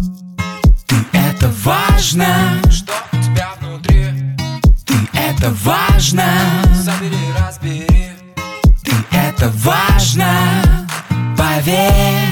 Ты — это важно, что у тебя внутри. ты — это важно, Забери, разбери. ты — это важно, поверь.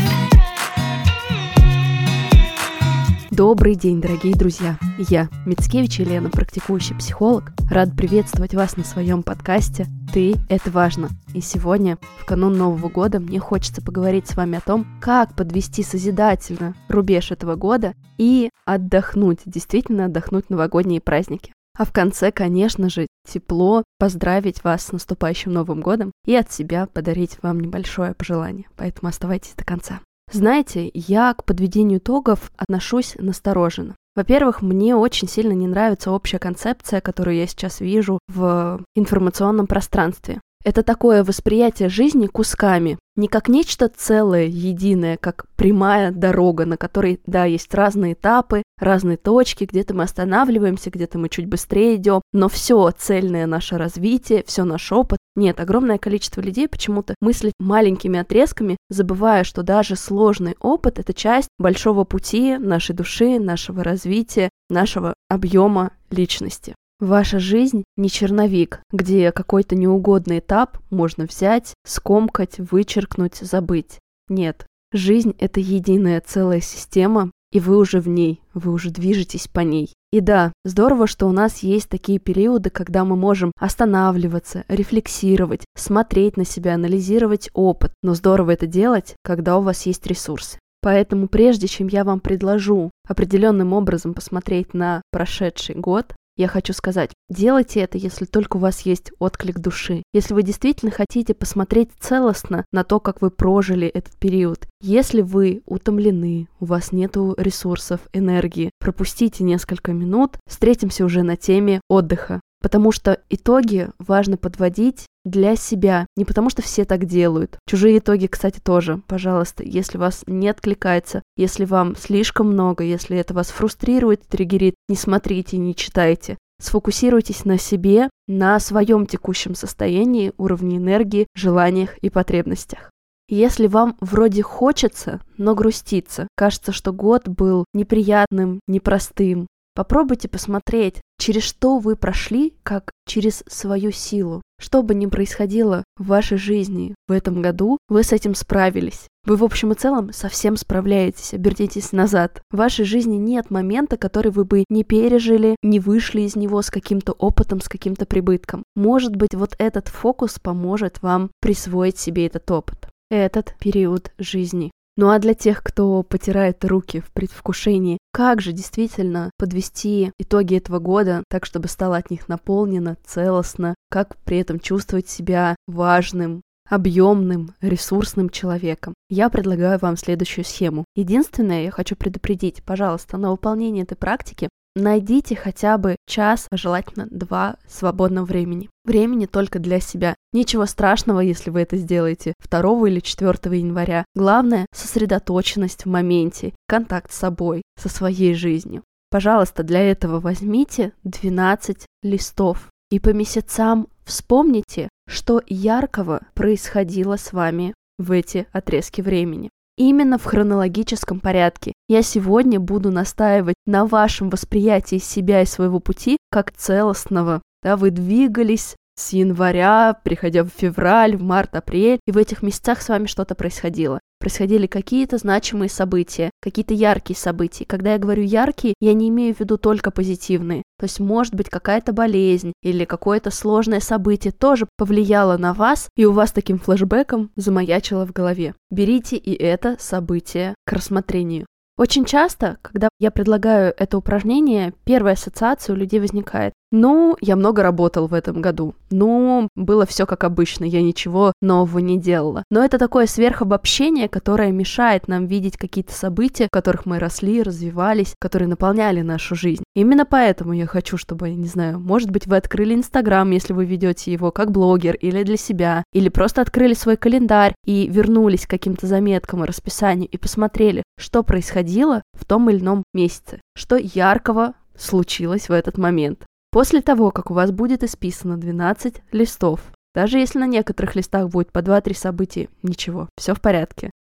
Добрый день, дорогие друзья! Я, Мицкевич Елена, практикующий психолог, рад приветствовать вас на своем подкасте «Ты – это важно». И сегодня, в канун Нового года, мне хочется поговорить с вами о том, как подвести созидательно рубеж этого года и отдохнуть, действительно отдохнуть в новогодние праздники. А в конце, конечно же, тепло поздравить вас с наступающим Новым годом и от себя подарить вам небольшое пожелание. Поэтому оставайтесь до конца. Знаете, я к подведению итогов отношусь настороженно. Во-первых, мне очень сильно не нравится общая концепция, которую я сейчас вижу в информационном пространстве. Это такое восприятие жизни кусками, не как нечто целое, единое, как прямая дорога, на которой, да, есть разные этапы, разные точки, где-то мы останавливаемся, где-то мы чуть быстрее идем, но все цельное наше развитие, все наш опыт. Нет, огромное количество людей почему-то мыслит маленькими отрезками, забывая, что даже сложный опыт — это часть большого пути нашей души, нашего развития, нашего объема личности. Ваша жизнь не черновик, где какой-то неугодный этап можно взять, скомкать, вычеркнуть, забыть. Нет, жизнь — это единая целая система, и вы уже в ней, вы уже движетесь по ней. И да, здорово, что у нас есть такие периоды, когда мы можем останавливаться, рефлексировать, смотреть на себя, анализировать опыт. Но здорово это делать, когда у вас есть ресурсы. Поэтому прежде чем я вам предложу определенным образом посмотреть на прошедший год, я хочу сказать, делайте это, если только у вас есть отклик души. Если вы действительно хотите посмотреть целостно на то, как вы прожили этот период. Если вы утомлены, у вас нету ресурсов, энергии, пропустите несколько минут, встретимся уже на теме отдыха. Потому что итоги важно подводить для себя, не потому что все так делают. Чужие итоги, кстати, тоже. Пожалуйста, если вас не откликается, если вам слишком много, если это вас фрустрирует, триггерит, не смотрите, не читайте. Сфокусируйтесь на себе, на своем текущем состоянии, уровне энергии, желаниях и потребностях. Если вам вроде хочется, но грустится, кажется, что год был неприятным, непростым, попробуйте посмотреть, через что вы прошли, как через свою силу. Что бы ни происходило в вашей жизни в этом году, вы с этим справились. Вы в общем и целом совсем справляетесь, обернитесь назад. В вашей жизни нет момента, который вы бы не пережили, не вышли из него с каким-то опытом, с каким-то прибытком. Может быть, вот этот фокус поможет вам присвоить себе этот опыт, этот период жизни. Ну а для тех, кто потирает руки в предвкушении, как же действительно подвести итоги этого года так, чтобы стало от них наполнено, целостно, как при этом чувствовать себя важным, объемным, ресурсным человеком. Я предлагаю вам следующую схему. Единственное, я хочу предупредить, пожалуйста, на выполнение этой практики найдите хотя бы час, а желательно 2 свободного времени. Времени только для себя. Ничего страшного, если вы это сделаете 2 или 4 января. Главное — сосредоточенность в моменте, контакт с собой, со своей жизнью. Пожалуйста, для этого возьмите 12 листов и по месяцам вспомните, что яркого происходило с вами в эти отрезки времени. Именно в хронологическом порядке. Я сегодня буду настаивать на вашем восприятии себя и своего пути как целостного. Да, вы двигались с января, приходя в февраль, в март, апрель, и в этих месяцах с вами что-то происходило. Происходили какие-то значимые события, какие-то яркие события. Когда я говорю яркие, я не имею в виду только позитивные. То есть, может быть, какая-то болезнь или какое-то сложное событие тоже повлияло на вас, и у вас таким флешбеком замаячило в голове. Берите и это событие к рассмотрению. Очень часто, когда я предлагаю это упражнение, первая ассоциация у людей возникает: ну, я много работал в этом году, ну, было все как обычно, я ничего нового не делала. Но это такое сверхобобщение, которое мешает нам видеть какие-то события, в которых мы росли, развивались, которые наполняли нашу жизнь. Именно поэтому я хочу, чтобы, не знаю, может быть, вы открыли Инстаграм, если вы ведете его как блогер или для себя, или просто открыли свой календарь и вернулись к каким-то заметкам и расписанию и посмотрели, что происходило в том или ином месяце, что яркого случилось в этот момент. После того, как у вас будет исписано 12 листов, даже если на некоторых листах будет по 2-3 события, ничего, все в порядке.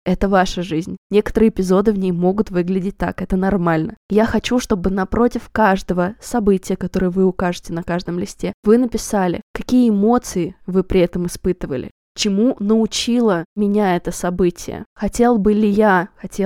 это ваша жизнь. Некоторые эпизоды в ней могут выглядеть так, это нормально. Я хочу, чтобы напротив каждого события, которое вы укажете на каждом листе, вы написали, какие эмоции вы при этом испытывали. Чему научило меня это событие? Хотела бы ли я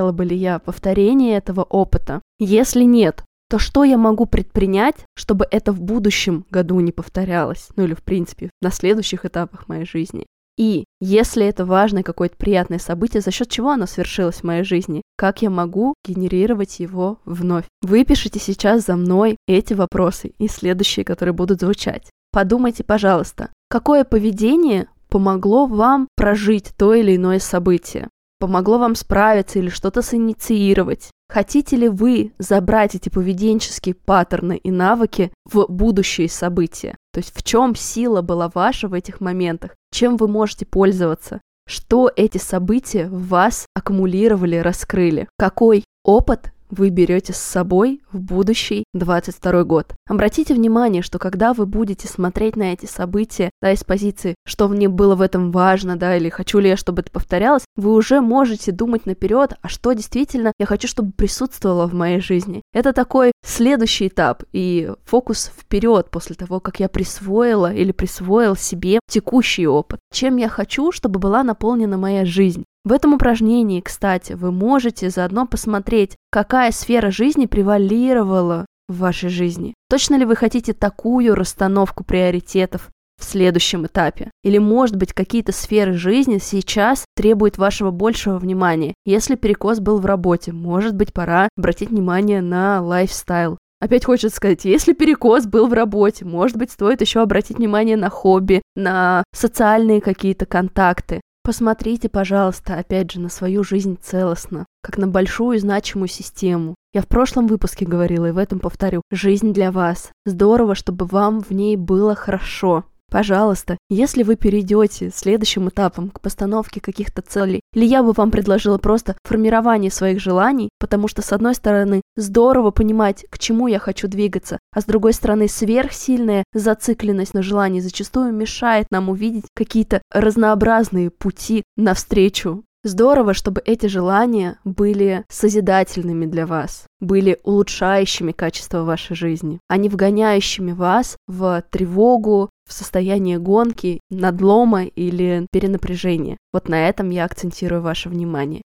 повторения этого опыта? Если нет, то что я могу предпринять, чтобы это в будущем году не повторялось? Или, в принципе, на следующих этапах моей жизни. И если это важное какое-то приятное событие, за счет чего оно свершилось в моей жизни, как я могу генерировать его вновь? Выпишите сейчас за мной эти вопросы и следующие, которые будут звучать. Подумайте, пожалуйста, какое поведение помогло вам прожить то или иное событие? Помогло вам справиться или что-то синициировать? Хотите ли вы забрать эти поведенческие паттерны и навыки в будущие события? То есть в чем сила была ваша в этих моментах? Чем вы можете пользоваться? Что эти события в вас аккумулировали, раскрыли? Какой опыт вы берете с собой в будущий 22 год. Обратите внимание, что когда вы будете смотреть на эти события, из позиции, что мне было в этом важно, или хочу ли я, чтобы это повторялось, вы уже можете думать наперед, а что действительно я хочу, чтобы присутствовало в моей жизни. Это такой следующий этап и фокус вперед после того, как я присвоила или присвоил себе текущий опыт. Чем я хочу, чтобы была наполнена моя жизнь. В этом упражнении, кстати, вы можете заодно посмотреть, какая сфера жизни превалировала в вашей жизни. Точно ли вы хотите такую расстановку приоритетов в следующем этапе? Или, может быть, какие-то сферы жизни сейчас требуют вашего большего внимания? Если перекос был в работе, может быть, пора обратить внимание на лайфстайл. Опять хочется сказать, если перекос был в работе, может быть, стоит еще обратить внимание на хобби, на социальные какие-то контакты. Посмотрите, пожалуйста, опять же, на свою жизнь целостно, как на большую значимую систему. Я в прошлом выпуске говорила, и в этом повторю. Жизнь для вас. Здорово, чтобы вам в ней было хорошо. Пожалуйста, если вы перейдете следующим этапом к постановке каких-то целей, или я бы вам предложила просто формирование своих желаний, потому что, с одной стороны, здорово понимать, к чему я хочу двигаться, а с другой стороны, сверхсильная зацикленность на желании зачастую мешает нам увидеть какие-то разнообразные пути навстречу. Здорово, чтобы эти желания были созидательными для вас, были улучшающими качество вашей жизни, а не вгоняющими вас в тревогу, в состояние гонки, надлома или перенапряжения. Вот на этом я акцентирую ваше внимание.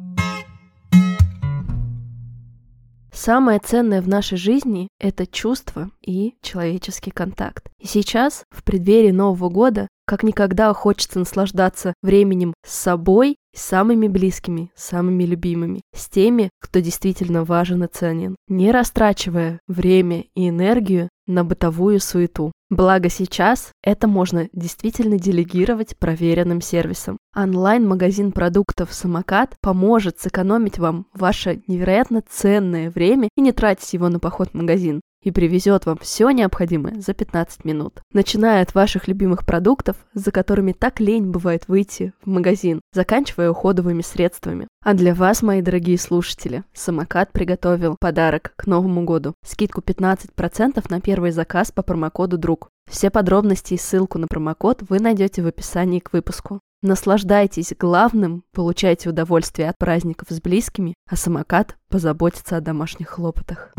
Самое ценное в нашей жизни – это чувство и человеческий контакт. И сейчас, в преддверии Нового года, как никогда хочется наслаждаться временем с собой, с самыми близкими, самыми любимыми, с теми, кто действительно важен и ценен, не растрачивая время и энергию на бытовую суету. Благо сейчас это можно действительно делегировать проверенным сервисом. Онлайн-магазин продуктов «Самокат» поможет сэкономить вам ваше невероятно ценное время и не тратить его на поход в магазин. И привезет вам все необходимое за 15 минут. Начиная от ваших любимых продуктов, за которыми так лень бывает выйти в магазин, заканчивая уходовыми средствами. А для вас, мои дорогие слушатели, «Самокат» приготовил подарок к Новому году. Скидку 15% на первый заказ по промокоду «Друг». Все подробности и ссылку на промокод вы найдете в описании к выпуску. Наслаждайтесь главным, получайте удовольствие от праздников с близкими, а «Самокат» позаботится о домашних хлопотах.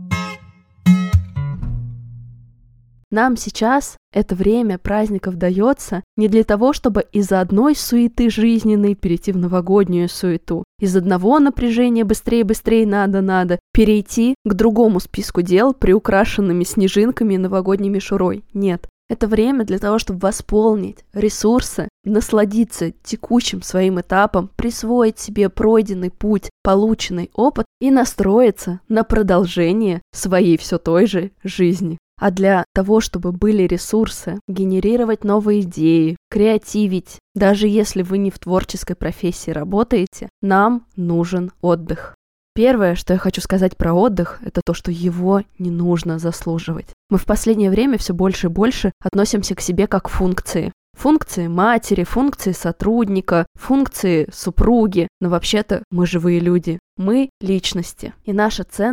Нам сейчас это время праздников дается не для того, чтобы из одной суеты жизненной перейти в новогоднюю суету, из одного напряжения быстрее надо перейти к другому списку дел, приукрашенными снежинками и новогодней мишурой. Нет. Это время для того, чтобы восполнить ресурсы, насладиться текущим своим этапом, присвоить себе пройденный путь, полученный опыт и настроиться на продолжение своей все той же жизни. А для того, чтобы были ресурсы, генерировать новые идеи, креативить, даже если вы не в творческой профессии работаете, нам нужен отдых. Первое, что я хочу сказать про отдых, это то, что его не нужно заслуживать. Мы в последнее время все больше и больше относимся к себе как к функции. Функции матери, функции сотрудника, функции супруги. Но вообще-то мы живые люди. Мы – личности. И наша ценность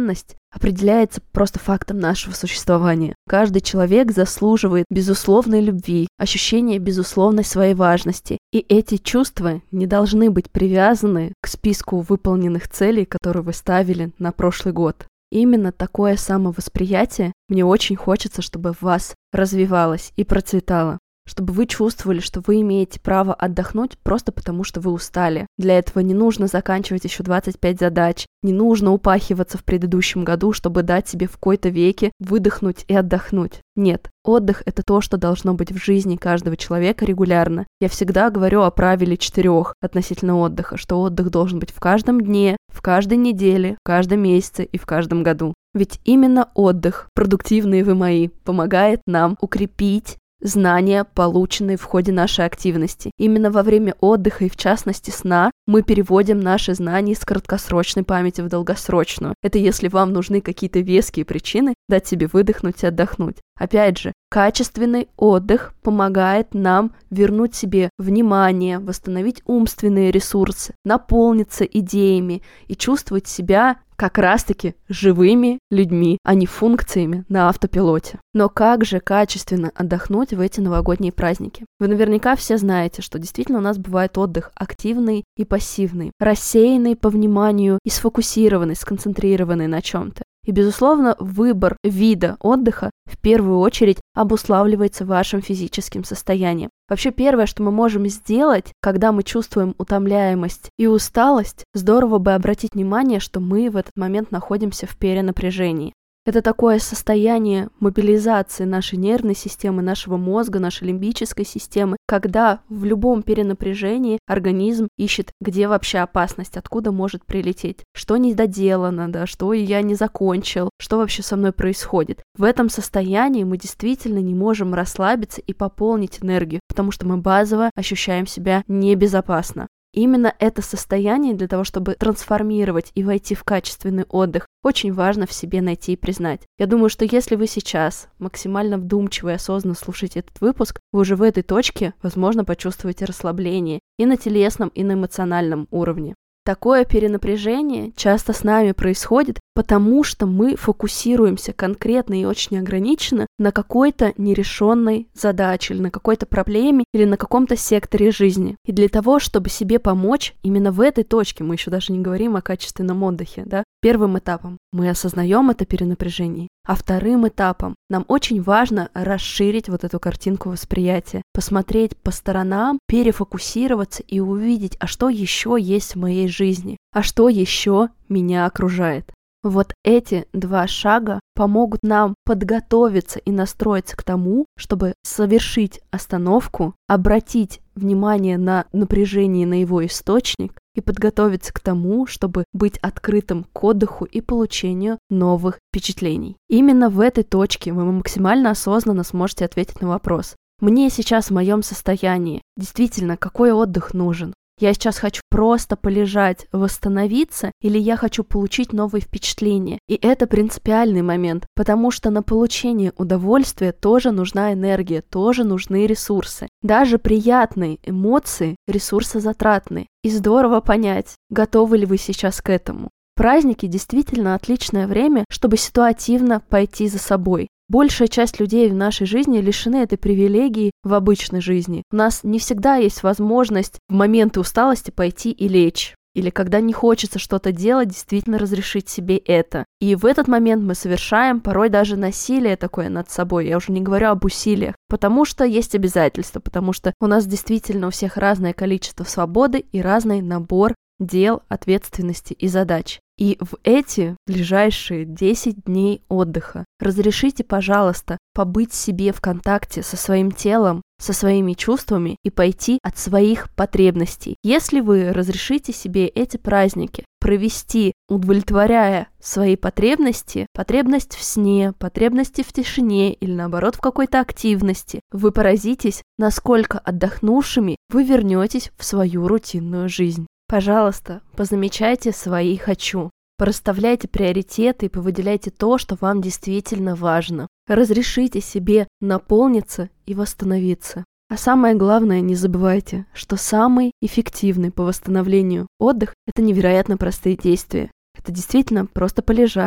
определяется просто фактом нашего существования. Каждый человек заслуживает безусловной любви, ощущения безусловной своей важности. И эти чувства не должны быть привязаны к списку выполненных целей, которые вы ставили на прошлый год. Именно такое самовосприятие мне очень хочется, чтобы в вас развивалось и процветало. Чтобы вы чувствовали, что вы имеете право отдохнуть просто потому, что вы устали. Для этого не нужно заканчивать еще 25 задач, не нужно упахиваться в предыдущем году, чтобы дать себе в кои-то веки выдохнуть и отдохнуть. Нет, отдых — это то, что должно быть в жизни каждого человека регулярно. Я всегда говорю о правиле 4 относительно отдыха, что отдых должен быть в каждом дне, в каждой неделе, в каждом месяце и в каждом году. Ведь именно отдых, продуктивные вы мои, помогает нам укрепить знания, полученные в ходе нашей активности. Именно во время отдыха и в частности сна мы переводим наши знания из краткосрочной памяти в долгосрочную. Это если вам нужны какие-то веские причины дать себе выдохнуть и отдохнуть. Опять же, качественный отдых помогает нам вернуть себе внимание, восстановить умственные ресурсы, наполниться идеями и чувствовать себя как раз-таки живыми людьми, а не функциями на автопилоте. Но как же качественно отдохнуть в эти новогодние праздники? Вы наверняка все знаете, что действительно у нас бывает отдых активный и пассивный, рассеянный по вниманию и сфокусированный, сконцентрированный на чем-то. И, безусловно, выбор вида отдыха в первую очередь обуславливается вашим физическим состоянием. Вообще, первое, что мы можем сделать, когда мы чувствуем утомляемость и усталость, здорово бы обратить внимание, что мы в этот момент находимся в перенапряжении. Это такое состояние мобилизации нашей нервной системы, нашего мозга, нашей лимбической системы, когда в любом перенапряжении организм ищет, где вообще опасность, откуда может прилететь, что не доделано, да, что я не закончил, что вообще со мной происходит. В этом состоянии мы действительно не можем расслабиться и пополнить энергию, потому что мы базово ощущаем себя небезопасно. Именно это состояние для того, чтобы трансформировать и войти в качественный отдых, очень важно в себе найти и признать. Я думаю, что если вы сейчас максимально вдумчиво и осознанно слушаете этот выпуск, вы уже в этой точке, возможно, почувствуете расслабление и на телесном, и на эмоциональном уровне. Такое перенапряжение часто с нами происходит, потому что мы фокусируемся конкретно и очень ограниченно на какой-то нерешенной задаче, или на какой-то проблеме, или на каком-то секторе жизни. И для того, чтобы себе помочь, именно в этой точке, мы еще даже не говорим о качественном отдыхе, да, первым этапом мы осознаем это перенапряжение, а вторым этапом нам очень важно расширить вот эту картинку восприятия, посмотреть по сторонам, перефокусироваться и увидеть, а что еще есть в моей жизни, а что еще меня окружает. Вот эти 2 шага помогут нам подготовиться и настроиться к тому, чтобы совершить остановку, обратить внимание на напряжение, на его источник и подготовиться к тому, чтобы быть открытым к отдыху и получению новых впечатлений. Именно в этой точке вы максимально осознанно сможете ответить на вопрос: мне сейчас в моем состоянии действительно какой отдых нужен? Я сейчас хочу просто полежать, восстановиться, или я хочу получить новые впечатления? И это принципиальный момент, потому что на получение удовольствия тоже нужна энергия, тоже нужны ресурсы. Даже приятные эмоции ресурсозатратны. И здорово понять, готовы ли вы сейчас к этому. Праздники действительно отличное время, чтобы ситуативно пойти за собой. Большая часть людей в нашей жизни лишены этой привилегии в обычной жизни. У нас не всегда есть возможность в моменты усталости пойти и лечь. Или когда не хочется что-то делать, действительно разрешить себе это. И в этот момент мы совершаем порой даже насилие такое над собой. Я уже не говорю об усилиях. Потому что есть обязательства, потому что у нас действительно у всех разное количество свободы и разный набор дел, ответственности и задач. И в эти ближайшие 10 дней отдыха разрешите, пожалуйста, побыть себе в контакте со своим телом, со своими чувствами и пойти от своих потребностей. Если вы разрешите себе эти праздники провести, удовлетворяя свои потребности, потребность в сне, потребности в тишине или наоборот в какой-то активности, вы поразитесь, насколько отдохнувшими вы вернетесь в свою рутинную жизнь. Пожалуйста, позамечайте свои «хочу». Порасставляйте приоритеты и повыделяйте то, что вам действительно важно. Разрешите себе наполниться и восстановиться. А самое главное, не забывайте, что самый эффективный по восстановлению отдых – это невероятно простые действия. Это действительно просто полежать,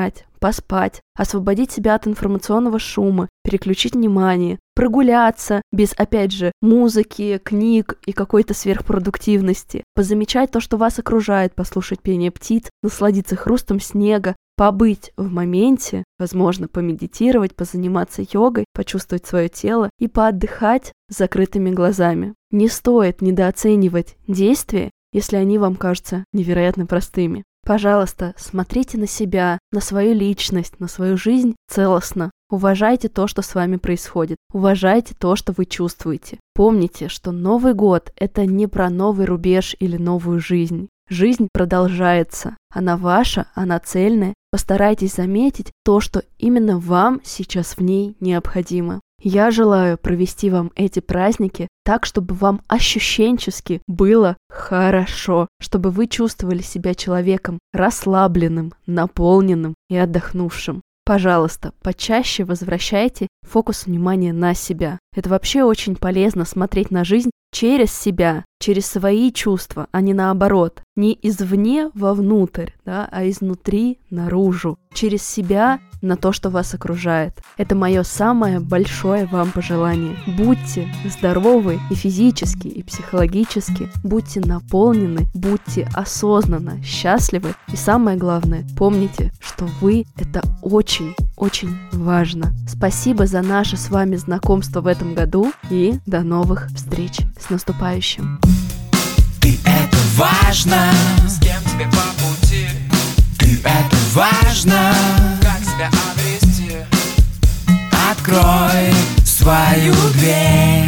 поспать, освободить себя от информационного шума, переключить внимание, прогуляться без, опять же, музыки, книг и какой-то сверхпродуктивности, позамечать то, что вас окружает, послушать пение птиц, насладиться хрустом снега, побыть в моменте, возможно, помедитировать, позаниматься йогой, почувствовать свое тело и поотдыхать с закрытыми глазами. Не стоит недооценивать действия, если они вам кажутся невероятно простыми. Пожалуйста, смотрите на себя, на свою личность, на свою жизнь целостно. Уважайте то, что с вами происходит. Уважайте то, что вы чувствуете. Помните, что Новый год – это не про новый рубеж или новую жизнь. Жизнь продолжается. Она ваша, она цельная. Постарайтесь заметить то, что именно вам сейчас в ней необходимо. Я желаю провести вам эти праздники так, чтобы вам ощущенчески было хорошо, чтобы вы чувствовали себя человеком расслабленным, наполненным и отдохнувшим. Пожалуйста, почаще возвращайте фокус внимания на себя. Это вообще очень полезно смотреть на жизнь через себя, через свои чувства, а не наоборот. Не извне вовнутрь, а изнутри наружу. Через себя на то, что вас окружает. Это мое самое большое вам пожелание. Будьте здоровы и физически, и психологически. Будьте наполнены, будьте осознанно счастливы. И самое главное, помните, что вы — это очень-очень важно. Спасибо за наше с вами знакомство в этом году и до новых встреч. С наступающим! Ты — это важно. С кем тебе по пути? Ты — это важно. Как себя обрести? Открой свою дверь.